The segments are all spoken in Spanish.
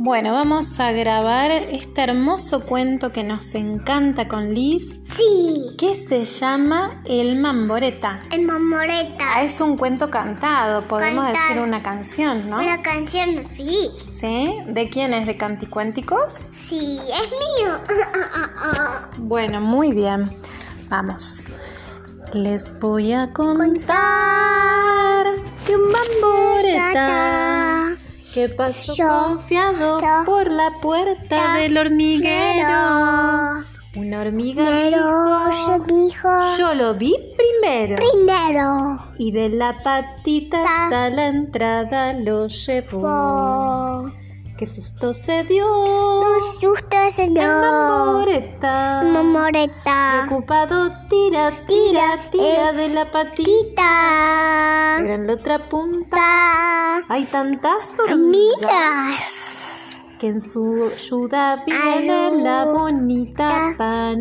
Bueno, vamos a grabar este hermoso cuento que nos encanta con Liz. Sí. Que se llama El Mamboreta. El Mamboreta. Es un cuento cantado, podemos decir una canción, ¿no? Una canción, sí. ¿Sí? ¿De quién es? ¿De Canticuénticos? Sí, es mío. Bueno, muy bien. Vamos. Les voy a contar de un mamboreta que pasó confiado por la puerta del hormiguero. Una hormiga dijo, yo lo vi primero. Y de la patita hasta la entrada lo llevó. ¡Qué susto se dio! El mamboreta. Preocupado tira de la patita. Pero en la otra punta hay tantas hormigas que en su ayuda viene la bonita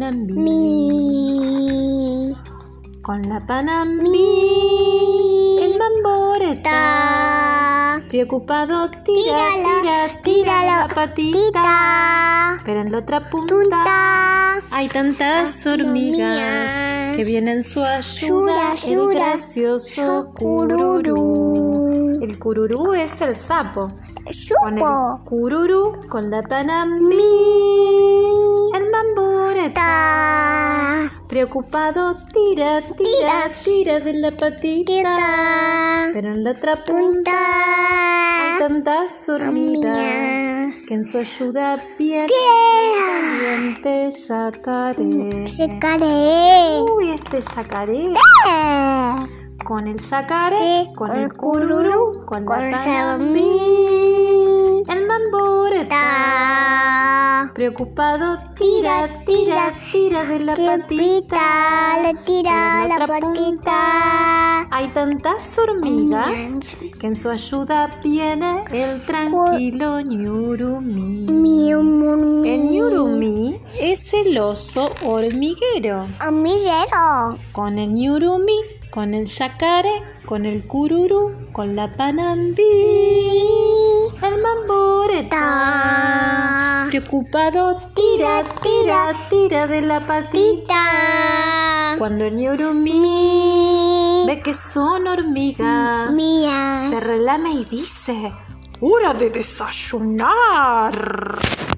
Panambí. Con la Panambí, el mamboreta, preocupado tira la patita. Pero en la otra punta hay tantas hormigas que vienen en su ayuda el gracioso cururú. El cururú es el sapo. Con el cururú, con la Panambí, el mamboreta, preocupado tira de la patita. Pero en la otra punta hay tantas hormigas que en su ayuda viene el valiente yacaré. Uy, este yacaré. Con el yacaré, con el cururú, con la Panambí, el mamboreta, preocupado tira de la patita. En la otra punta hay tantas hormigas que en su ayuda viene el tranquilo ñurumí. El ñurumí es el oso hormiguero. Con el ñurumí, con el yacaré, con el cururú, con la Panambí, el mamboreta, preocupado tira de la patita. Cuando el ñurumí ve que son hormigas, se relame y dice: ¡hora de desayunar!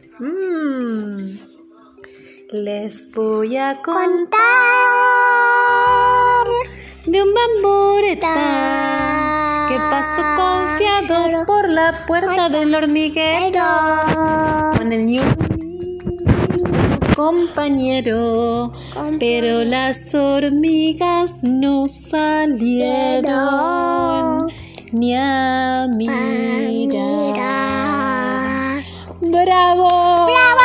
Les voy a contar de un mamboreta que pasó confiado por la puerta del hormiguero. Con el ñurumí compañero, pero las hormigas no salieron ni a mirar. ¡Bravo!